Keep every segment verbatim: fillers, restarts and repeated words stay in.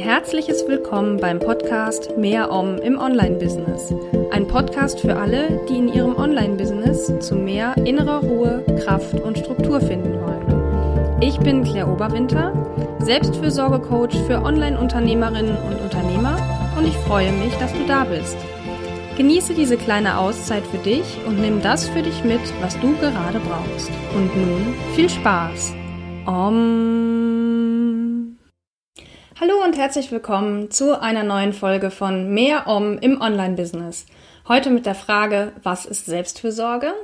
herzliches Willkommen beim Podcast Mehr Om im Online-Business. Ein Podcast für alle, die in ihrem Online-Business zu mehr innerer Ruhe, Kraft und Struktur finden wollen. Ich bin Claire Oberwinter, Selbstfürsorge-Coach für Online-Unternehmerinnen und Unternehmer und ich freue mich, dass du da bist. Genieße diese kleine Auszeit für dich und nimm das für dich mit, was du gerade brauchst. Und nun viel Spaß! Om. Hallo und herzlich willkommen zu einer neuen Folge von Mehr Om im Online-Business. Heute mit der Frage, was ist Selbstfürsorge?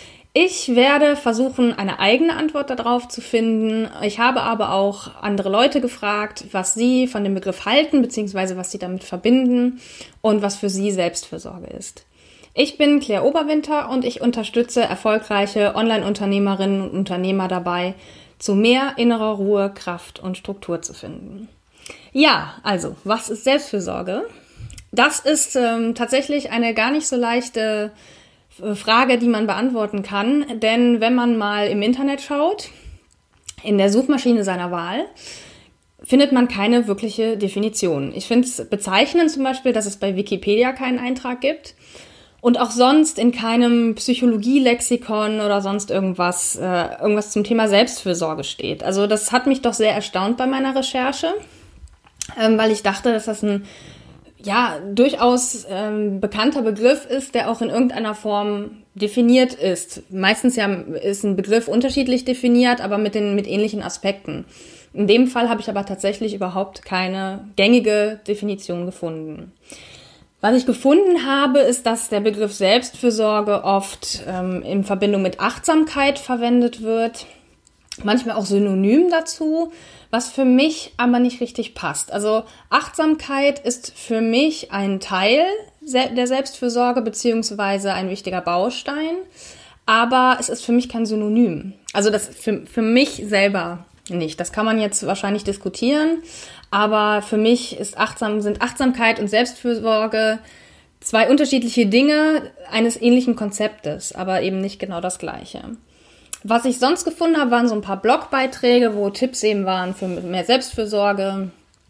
Ich werde versuchen, eine eigene Antwort darauf zu finden. Ich habe aber auch andere Leute gefragt, was sie von dem Begriff halten, beziehungsweise was sie damit verbinden und was für sie Selbstfürsorge ist. Ich bin Claire Oberwinter und ich unterstütze erfolgreiche Online-Unternehmerinnen und Unternehmer dabei, zu mehr innerer Ruhe, Kraft und Struktur zu finden. Ja, also, was ist Selbstfürsorge? Das ist ähm, tatsächlich eine gar nicht so leichte Frage, die man beantworten kann, denn wenn man mal im Internet schaut, in der Suchmaschine seiner Wahl, findet man keine wirkliche Definition. Ich finde es bezeichnend zum Beispiel, dass es bei Wikipedia keinen Eintrag gibt und auch sonst in keinem Psychologie-Lexikon oder sonst irgendwas, äh, irgendwas zum Thema Selbstfürsorge steht. Also das hat mich doch sehr erstaunt bei meiner Recherche, ähm, weil ich dachte, dass das ein ja, durchaus ähm, bekannter Begriff ist, der auch in irgendeiner Form definiert ist. Meistens ja ist ein Begriff unterschiedlich definiert, aber mit den mit ähnlichen Aspekten. In dem Fall habe ich aber tatsächlich überhaupt keine gängige Definition gefunden. Was ich gefunden habe, ist, dass der Begriff Selbstfürsorge oft ähm, in Verbindung mit Achtsamkeit verwendet wird, manchmal auch synonym dazu, was für mich aber nicht richtig passt. Also Achtsamkeit ist für mich ein Teil der Selbstfürsorge beziehungsweise ein wichtiger Baustein, aber es ist für mich kein Synonym. Also das für, für mich selber nicht. Das kann man jetzt wahrscheinlich diskutieren, aber für mich ist achtsam, sind Achtsamkeit und Selbstfürsorge zwei unterschiedliche Dinge eines ähnlichen Konzeptes, aber eben nicht genau das Gleiche. Was ich sonst gefunden habe, waren so ein paar Blogbeiträge, wo Tipps eben waren für mehr Selbstfürsorge.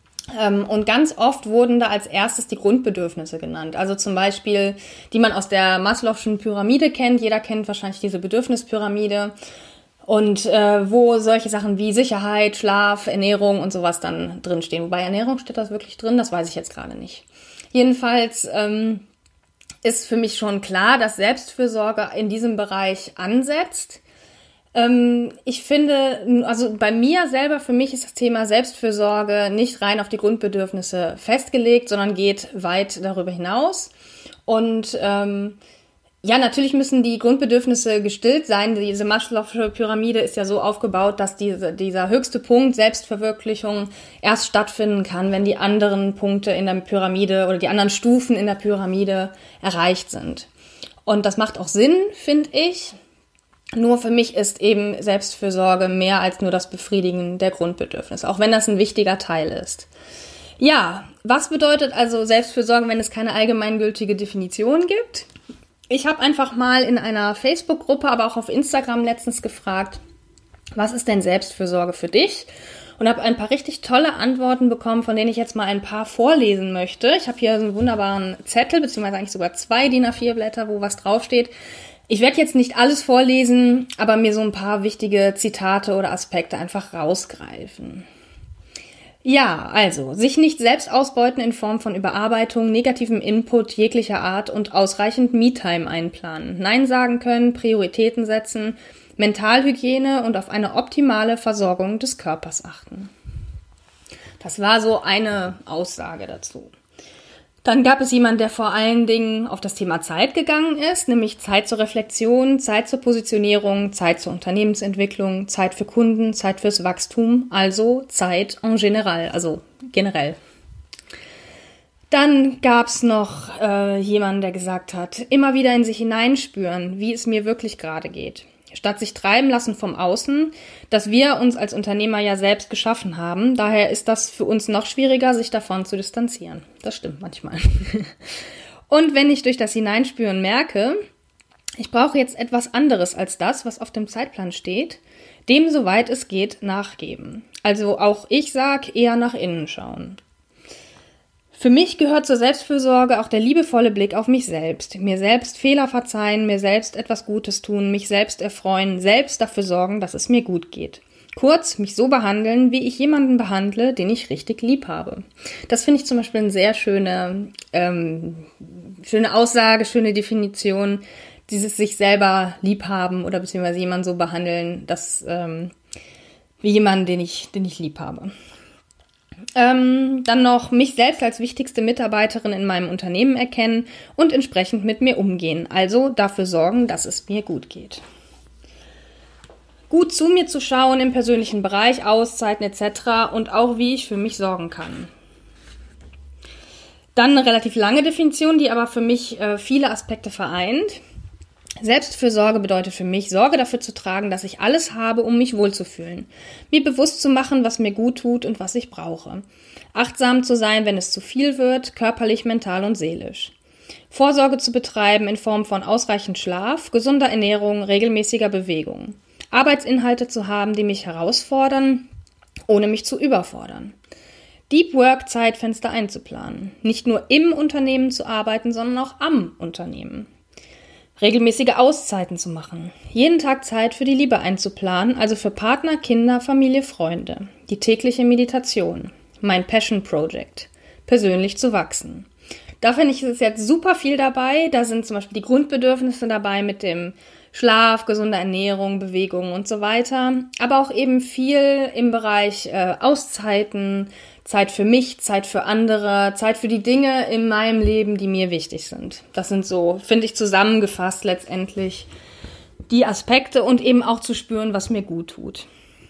Und ganz oft wurden da als erstes die Grundbedürfnisse genannt. Also zum Beispiel, die man aus der Maslow'schen Pyramide kennt. Jeder kennt wahrscheinlich diese Bedürfnispyramide. Und äh, wo solche Sachen wie Sicherheit, Schlaf, Ernährung und sowas dann drinstehen. Wobei Ernährung steht das wirklich drin, das weiß ich jetzt gerade nicht. Jedenfalls ähm, ist für mich schon klar, dass Selbstfürsorge in diesem Bereich ansetzt. Ich finde, also bei mir selber, für mich ist das Thema Selbstfürsorge nicht rein auf die Grundbedürfnisse festgelegt, sondern geht weit darüber hinaus. Und ähm, ja, natürlich müssen die Grundbedürfnisse gestillt sein. Diese Maslow'sche Pyramide ist ja so aufgebaut, dass diese, dieser höchste Punkt Selbstverwirklichung erst stattfinden kann, wenn die anderen Punkte in der Pyramide oder die anderen Stufen in der Pyramide erreicht sind. Und das macht auch Sinn, finde ich. Nur für mich ist eben Selbstfürsorge mehr als nur das Befriedigen der Grundbedürfnisse, auch wenn das ein wichtiger Teil ist. Ja, was bedeutet also Selbstfürsorge, wenn es keine allgemeingültige Definition gibt? Ich habe einfach mal in einer Facebook-Gruppe, aber auch auf Instagram letztens gefragt, was ist denn Selbstfürsorge für dich? Und habe ein paar richtig tolle Antworten bekommen, von denen ich jetzt mal ein paar vorlesen möchte. Ich habe hier so einen wunderbaren Zettel, beziehungsweise eigentlich sogar zwei D I N A vier Blätter, wo was draufsteht. Ich werde jetzt nicht alles vorlesen, aber mir so ein paar wichtige Zitate oder Aspekte einfach rausgreifen. Ja, also, sich nicht selbst ausbeuten in Form von Überarbeitung, negativem Input jeglicher Art und ausreichend Me-Time einplanen. Nein sagen können, Prioritäten setzen, Mentalhygiene und auf eine optimale Versorgung des Körpers achten. Das war so eine Aussage dazu. Dann gab es jemanden, der vor allen Dingen auf das Thema Zeit gegangen ist, nämlich Zeit zur Reflexion, Zeit zur Positionierung, Zeit zur Unternehmensentwicklung, Zeit für Kunden, Zeit fürs Wachstum, also Zeit en general, also generell. Dann gab es noch äh, jemanden, der gesagt hat, immer wieder in sich hineinspüren, wie es mir wirklich gerade geht. Statt sich treiben lassen vom Außen, das wir uns als Unternehmer ja selbst geschaffen haben. Daher ist das für uns noch schwieriger, sich davon zu distanzieren. Das stimmt manchmal. Und wenn ich durch das Hineinspüren merke, ich brauche jetzt etwas anderes als das, was auf dem Zeitplan steht, dem, soweit es geht, nachgeben. Also auch ich sag, eher nach innen schauen. Für mich gehört zur Selbstfürsorge auch der liebevolle Blick auf mich selbst. Mir selbst Fehler verzeihen, mir selbst etwas Gutes tun, mich selbst erfreuen, selbst dafür sorgen, dass es mir gut geht. Kurz, mich so behandeln, wie ich jemanden behandle, den ich richtig lieb habe. Das finde ich zum Beispiel eine sehr schöne, ähm, schöne Aussage, schöne Definition, dieses sich selber lieb haben oder beziehungsweise jemanden so behandeln, dass, ähm, wie jemanden, den ich, den ich lieb habe. Ähm, dann noch mich selbst als wichtigste Mitarbeiterin in meinem Unternehmen erkennen und entsprechend mit mir umgehen. Also dafür sorgen, dass es mir gut geht. Gut zu mir zu schauen im persönlichen Bereich, Auszeiten et cetera und auch wie ich für mich sorgen kann. Dann eine relativ lange Definition, die aber für mich äh, viele Aspekte vereint. Selbstfürsorge bedeutet für mich, Sorge dafür zu tragen, dass ich alles habe, um mich wohlzufühlen. Mir bewusst zu machen, was mir gut tut und was ich brauche. Achtsam zu sein, wenn es zu viel wird, körperlich, mental und seelisch. Vorsorge zu betreiben in Form von ausreichend Schlaf, gesunder Ernährung, regelmäßiger Bewegung. Arbeitsinhalte zu haben, die mich herausfordern, ohne mich zu überfordern. Deep Work Zeitfenster einzuplanen. Nicht nur im Unternehmen zu arbeiten, sondern auch am Unternehmen. Regelmäßige Auszeiten zu machen. Jeden Tag Zeit für die Liebe einzuplanen, also für Partner, Kinder, Familie, Freunde. Die tägliche Meditation. Mein Passion Project. Persönlich zu wachsen. Da finde ich, ist jetzt super viel dabei. Da sind zum Beispiel die Grundbedürfnisse dabei mit dem Schlaf, gesunde Ernährung, Bewegung und so weiter. Aber auch eben viel im Bereich äh, Auszeiten, Zeit für mich, Zeit für andere, Zeit für die Dinge in meinem Leben, die mir wichtig sind. Das sind so, finde ich, zusammengefasst letztendlich die Aspekte und eben auch zu spüren, was mir gut tut.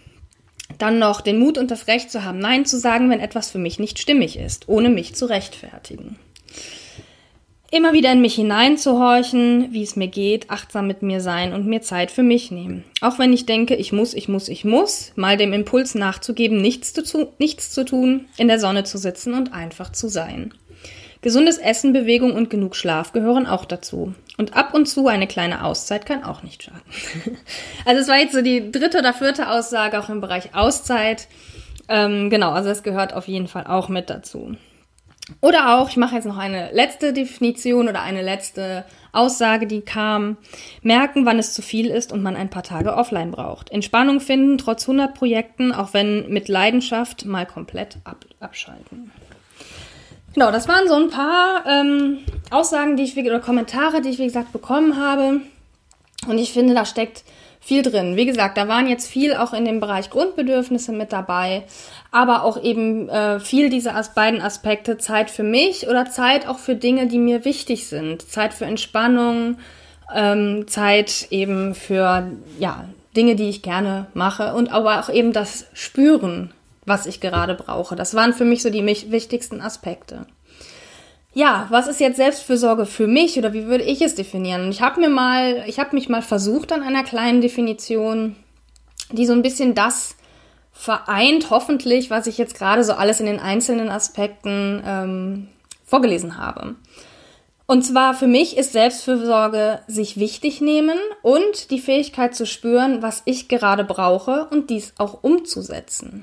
Dann noch den Mut und das Recht zu haben, Nein zu sagen, wenn etwas für mich nicht stimmig ist, ohne mich zu rechtfertigen. Immer wieder in mich hineinzuhorchen, wie es mir geht, achtsam mit mir sein und mir Zeit für mich nehmen. Auch wenn ich denke, ich muss, ich muss, ich muss, mal dem Impuls nachzugeben, nichts zu, nichts zu tun, in der Sonne zu sitzen und einfach zu sein. Gesundes Essen, Bewegung und genug Schlaf gehören auch dazu. Und ab und zu eine kleine Auszeit kann auch nicht schaden. Also es war jetzt so die dritte oder vierte Aussage auch im Bereich Auszeit. Ähm, genau, also es gehört auf jeden Fall auch mit dazu. Oder auch, ich mache jetzt noch eine letzte Definition oder eine letzte Aussage, die kam. Merken, wann es zu viel ist und man ein paar Tage offline braucht. Entspannung finden, trotz hundert Projekten, auch wenn mit Leidenschaft, mal komplett ab, abschalten. Genau, das waren so ein paar ähm, Aussagen, die ich, oder Kommentare, die ich, wie gesagt, bekommen habe. Und ich finde, da steckt viel drin. Wie gesagt, da waren jetzt viel auch in dem Bereich Grundbedürfnisse mit dabei, aber auch eben äh, viel dieser as- beiden Aspekte, Zeit für mich oder Zeit auch für Dinge, die mir wichtig sind. Zeit für Entspannung, ähm, Zeit eben für ja Dinge, die ich gerne mache und aber auch eben das Spüren, was ich gerade brauche. Das waren für mich so die mich wichtigsten Aspekte. Ja, was ist jetzt Selbstfürsorge für mich oder wie würde ich es definieren? Ich habe mir mal, ich habe mich mal versucht an einer kleinen Definition, die so ein bisschen das vereint, hoffentlich, was ich jetzt gerade so alles in den einzelnen Aspekten ähm, vorgelesen habe. Und zwar für mich ist Selbstfürsorge sich wichtig nehmen und die Fähigkeit zu spüren, was ich gerade brauche und dies auch umzusetzen.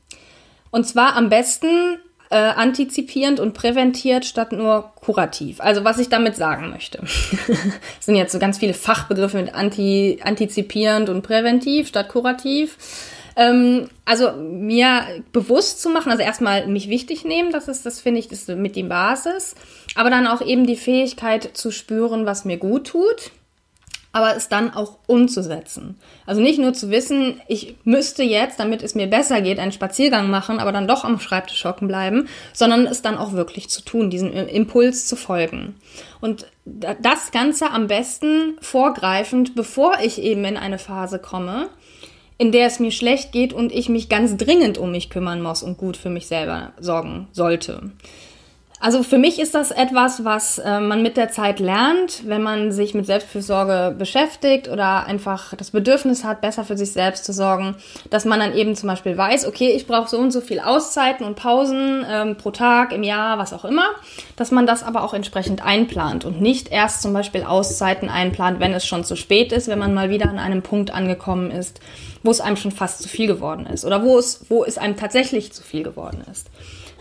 Und zwar am besten Äh, antizipierend und präventiert statt nur kurativ. Also was ich damit sagen möchte. Es sind jetzt so ganz viele Fachbegriffe mit anti, antizipierend und präventiv statt kurativ. Ähm, also mir bewusst zu machen, also erstmal mich wichtig nehmen, das ist, das finde ich, das ist mit die Basis. Aber dann auch eben die Fähigkeit zu spüren, was mir gut tut. Aber es dann auch umzusetzen. Also nicht nur zu wissen, ich müsste jetzt, damit es mir besser geht, einen Spaziergang machen, aber dann doch am Schreibtisch hocken bleiben, sondern es dann auch wirklich zu tun, diesen Impuls zu folgen. Und das Ganze am besten vorgreifend, bevor ich eben in eine Phase komme, in der es mir schlecht geht und ich mich ganz dringend um mich kümmern muss und gut für mich selber sorgen sollte. Also für mich ist das etwas, was äh, man mit der Zeit lernt, wenn man sich mit Selbstfürsorge beschäftigt oder einfach das Bedürfnis hat, besser für sich selbst zu sorgen, dass man dann eben zum Beispiel weiß, okay, ich brauche so und so viel Auszeiten und Pausen ähm, pro Tag, im Jahr, was auch immer, dass man das aber auch entsprechend einplant und nicht erst zum Beispiel Auszeiten einplant, wenn es schon zu spät ist, wenn man mal wieder an einem Punkt angekommen ist, wo es einem schon fast zu viel geworden ist oder wo es, wo es einem tatsächlich zu viel geworden ist.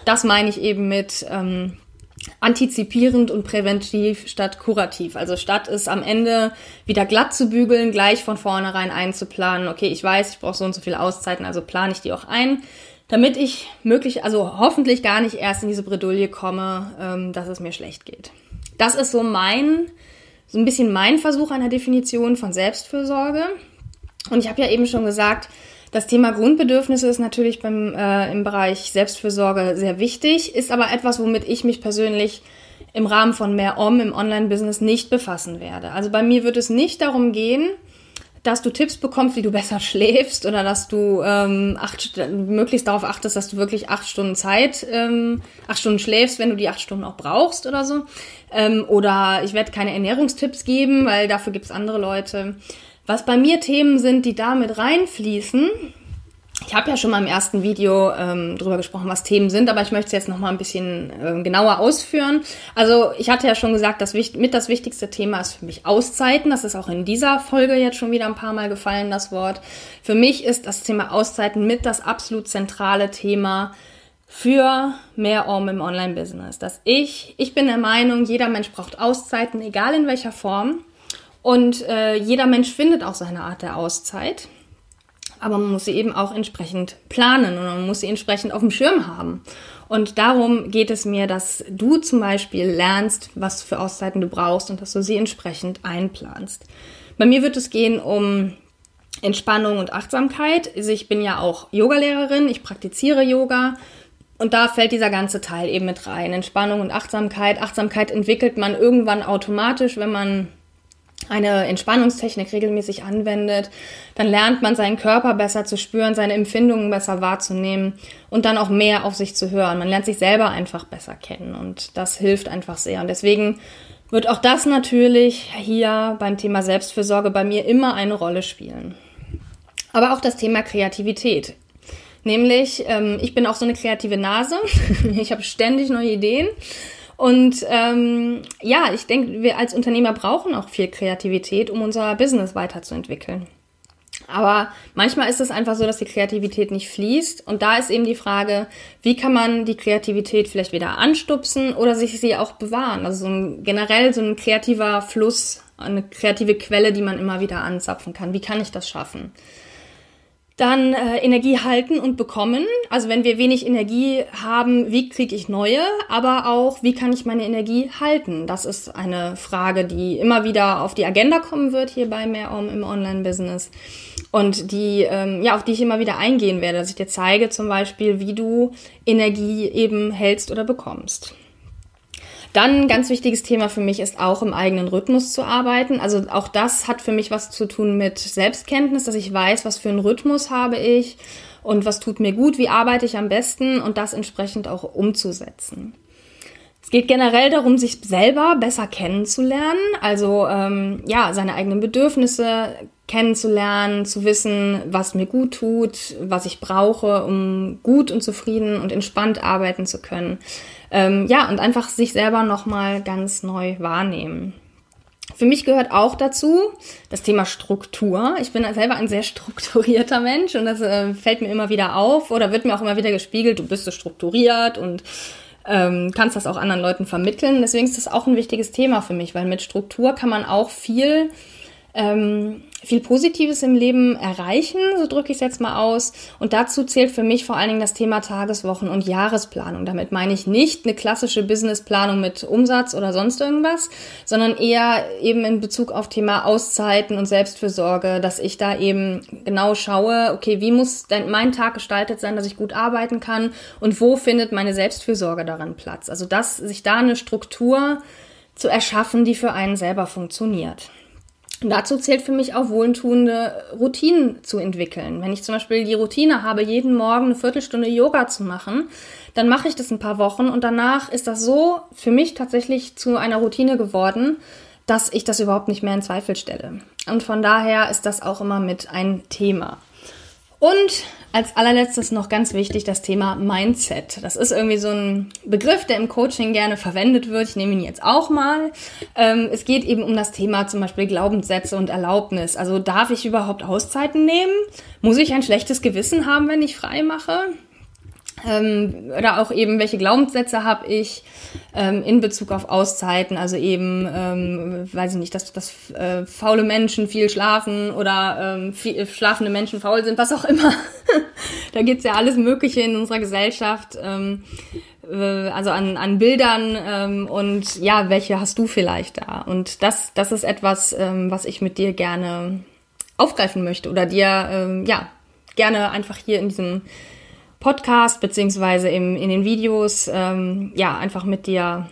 das meine ich eben mit ähm, antizipierend und präventiv statt kurativ. Also statt es am Ende wieder glatt zu bügeln, gleich von vornherein einzuplanen, okay, ich weiß, ich brauche so und so viele Auszeiten, also plane ich die auch ein, damit ich möglich, also hoffentlich gar nicht erst in diese Bredouille komme, ähm, dass es mir schlecht geht. Das ist so mein, so ein bisschen mein Versuch einer Definition von Selbstfürsorge. Und ich habe ja eben schon gesagt, das Thema Grundbedürfnisse ist natürlich beim, äh, im Bereich Selbstfürsorge sehr wichtig, ist aber etwas, womit ich mich persönlich im Rahmen von Mehr Om im Online-Business nicht befassen werde. Also bei mir wird es nicht darum gehen, dass du Tipps bekommst, wie du besser schläfst oder dass du ähm, acht, möglichst darauf achtest, dass du wirklich acht Stunden Zeit, ähm, acht Stunden schläfst, wenn du die acht Stunden auch brauchst oder so. Ähm, oder ich werde keine Ernährungstipps geben, weil dafür gibt es andere Leute. Was bei mir Themen sind, die da mit reinfließen, ich habe ja schon mal im ersten Video ähm, drüber gesprochen, was Themen sind, aber ich möchte es jetzt noch mal ein bisschen äh, genauer ausführen. Also ich hatte ja schon gesagt, das mit das wichtigste Thema ist für mich Auszeiten. Das ist auch in dieser Folge jetzt schon wieder ein paar Mal gefallen, das Wort. Für mich ist das Thema Auszeiten mit das absolut zentrale Thema für Mehr Om im Online-Business. Dass ich, ich bin der Meinung, jeder Mensch braucht Auszeiten, egal in welcher Form. Und äh, jeder Mensch findet auch seine Art der Auszeit, aber man muss sie eben auch entsprechend planen und man muss sie entsprechend auf dem Schirm haben. Und darum geht es mir, dass du zum Beispiel lernst, was für Auszeiten du brauchst und dass du sie entsprechend einplanst. Bei mir wird es gehen um Entspannung und Achtsamkeit. Also ich bin ja auch Yogalehrerin, ich praktiziere Yoga. Und da fällt dieser ganze Teil eben mit rein. Entspannung und Achtsamkeit. Achtsamkeit entwickelt man irgendwann automatisch, wenn man eine Entspannungstechnik regelmäßig anwendet, dann lernt man seinen Körper besser zu spüren, seine Empfindungen besser wahrzunehmen und dann auch mehr auf sich zu hören. Man lernt sich selber einfach besser kennen und das hilft einfach sehr. Und deswegen wird auch das natürlich hier beim Thema Selbstfürsorge bei mir immer eine Rolle spielen. Aber auch das Thema Kreativität. Nämlich, ähm, ich bin auch so eine kreative Nase. Ich habe ständig neue Ideen. Und ähm, ja, ich denke, wir als Unternehmer brauchen auch viel Kreativität, um unser Business weiterzuentwickeln. Aber manchmal ist es einfach so, dass die Kreativität nicht fließt. Und da ist eben die Frage, wie kann man die Kreativität vielleicht wieder anstupsen oder sich sie auch bewahren? Also so ein, generell so ein kreativer Fluss, eine kreative Quelle, die man immer wieder anzapfen kann. Wie kann ich das schaffen? Dann äh, Energie halten und bekommen. Also wenn wir wenig Energie haben, wie kriege ich neue? Aber auch, wie kann ich meine Energie halten? Das ist eine Frage, die immer wieder auf die Agenda kommen wird hier bei Mehr Om im Online-Business. Und die, ähm, ja, auf die ich immer wieder eingehen werde, dass ich dir zeige zum Beispiel, wie du Energie eben hältst oder bekommst. Dann ein ganz wichtiges Thema für mich ist auch im eigenen Rhythmus zu arbeiten. Also auch das hat für mich was zu tun mit Selbstkenntnis, dass ich weiß, was für einen Rhythmus habe ich und was tut mir gut, wie arbeite ich am besten und das entsprechend auch umzusetzen. Es geht generell darum, sich selber besser kennenzulernen, also ähm, ja, seine eigenen Bedürfnisse kennenzulernen, zu wissen, was mir gut tut, was ich brauche, um gut und zufrieden und entspannt arbeiten zu können. Ähm, ja, und einfach sich selber nochmal ganz neu wahrnehmen. Für mich gehört auch dazu das Thema Struktur. Ich bin selber ein sehr strukturierter Mensch und das äh, fällt mir immer wieder auf oder wird mir auch immer wieder gespiegelt, du bist so strukturiert und ähm, kannst das auch anderen Leuten vermitteln. Deswegen ist das auch ein wichtiges Thema für mich, weil mit Struktur kann man auch viel ähm, viel Positives im Leben erreichen, so drücke ich es jetzt mal aus. Und dazu zählt für mich vor allen Dingen das Thema Tageswochen- und Jahresplanung. Damit meine ich nicht eine klassische Businessplanung mit Umsatz oder sonst irgendwas, sondern eher eben in Bezug auf Thema Auszeiten und Selbstfürsorge, dass ich da eben genau schaue, okay, wie muss denn mein Tag gestaltet sein, dass ich gut arbeiten kann und wo findet meine Selbstfürsorge darin Platz? Also dass sich da eine Struktur zu erschaffen, die für einen selber funktioniert. Und dazu zählt für mich auch wohltuende Routinen zu entwickeln. Wenn ich zum Beispiel die Routine habe, jeden Morgen eine Viertelstunde Yoga zu machen, dann mache ich das ein paar Wochen und danach ist das so für mich tatsächlich zu einer Routine geworden, dass ich das überhaupt nicht mehr in Zweifel stelle. Und von daher ist das auch immer mit ein Thema. Und als allerletztes noch ganz wichtig das Thema Mindset. Das ist irgendwie so ein Begriff, der im Coaching gerne verwendet wird. Ich nehme ihn jetzt auch mal. Ähm, es geht eben um das Thema zum Beispiel Glaubenssätze und Erlaubnis. Also darf ich überhaupt Auszeiten nehmen? Muss ich ein schlechtes Gewissen haben, wenn ich frei mache? Ähm, oder auch eben, welche Glaubenssätze habe ich ähm, in Bezug auf Auszeiten, also eben, ähm, weiß ich nicht, dass, dass äh, faule Menschen viel schlafen oder ähm, viel, schlafende Menschen faul sind, was auch immer. Da gibt's ja alles Mögliche in unserer Gesellschaft, ähm, äh, also an, an Bildern ähm, und ja, welche hast du vielleicht da? Und das, das ist etwas, ähm, was ich mit dir gerne aufgreifen möchte oder dir, ähm, ja, gerne einfach hier in diesem Podcast beziehungsweise im, in den Videos ähm, ja einfach mit dir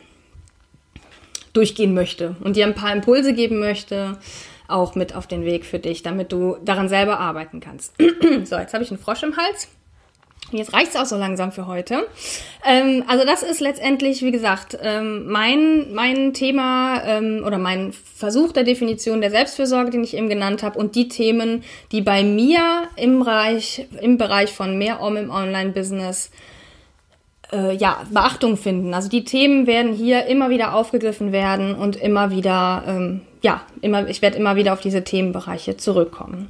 durchgehen möchte und dir ein paar Impulse geben möchte, auch mit auf den Weg für dich, damit du daran selber arbeiten kannst. So, jetzt habe ich einen Frosch im Hals. Und jetzt reicht's auch so langsam für heute. Ähm, also das ist letztendlich, wie gesagt, ähm, mein mein Thema ähm, oder mein Versuch der Definition der Selbstfürsorge, den ich eben genannt habe, und die Themen, die bei mir im Bereich im Bereich von Mehr Om im Online-Business äh, ja Beachtung finden. Also die Themen werden hier immer wieder aufgegriffen werden und immer wieder ähm, ja immer ich werde immer wieder auf diese Themenbereiche zurückkommen.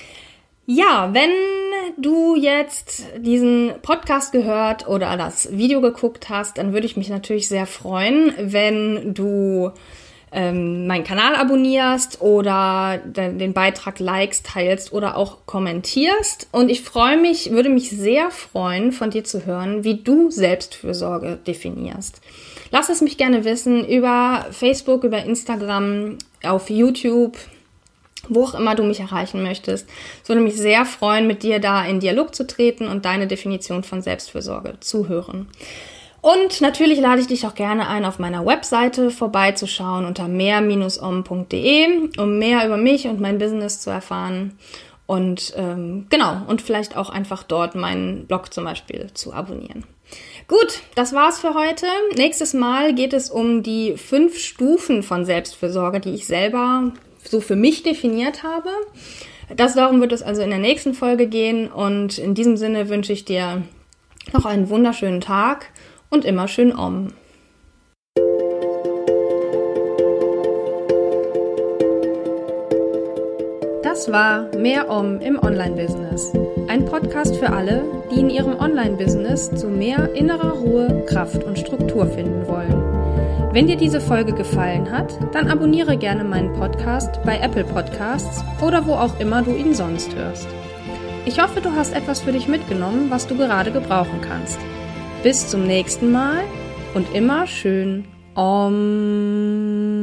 Ja, wenn du jetzt diesen Podcast gehört oder das Video geguckt hast, dann würde ich mich natürlich sehr freuen, wenn du ähm, meinen Kanal abonnierst oder den Beitrag likest, teilst oder auch kommentierst. Und ich freue mich, würde mich sehr freuen, von dir zu hören, wie du Selbstfürsorge definierst. Lass es mich gerne wissen über Facebook, über Instagram, auf YouTube, wo auch immer du mich erreichen möchtest. Es würde mich sehr freuen, mit dir da in Dialog zu treten und deine Definition von Selbstfürsorge zu hören. Und natürlich lade ich dich auch gerne ein, auf meiner Webseite vorbeizuschauen unter mehr Bindestrich om punkt de, um mehr über mich und mein Business zu erfahren. Und ähm, genau, und vielleicht auch einfach dort meinen Blog zum Beispiel zu abonnieren. Gut, das war's für heute. Nächstes Mal geht es um die fünf Stufen von Selbstfürsorge, die ich selber so für mich definiert habe. Das darum wird es also in der nächsten Folge gehen und in diesem Sinne wünsche ich dir noch einen wunderschönen Tag und immer schön Om. Das war Mehr Om im Online-Business. Ein Podcast für alle, die in ihrem Online-Business zu mehr innerer Ruhe, Kraft und Struktur finden wollen. Wenn dir diese Folge gefallen hat, dann abonniere gerne meinen Podcast bei Apple Podcasts oder wo auch immer du ihn sonst hörst. Ich hoffe, du hast etwas für dich mitgenommen, was du gerade gebrauchen kannst. Bis zum nächsten Mal und immer schön Om.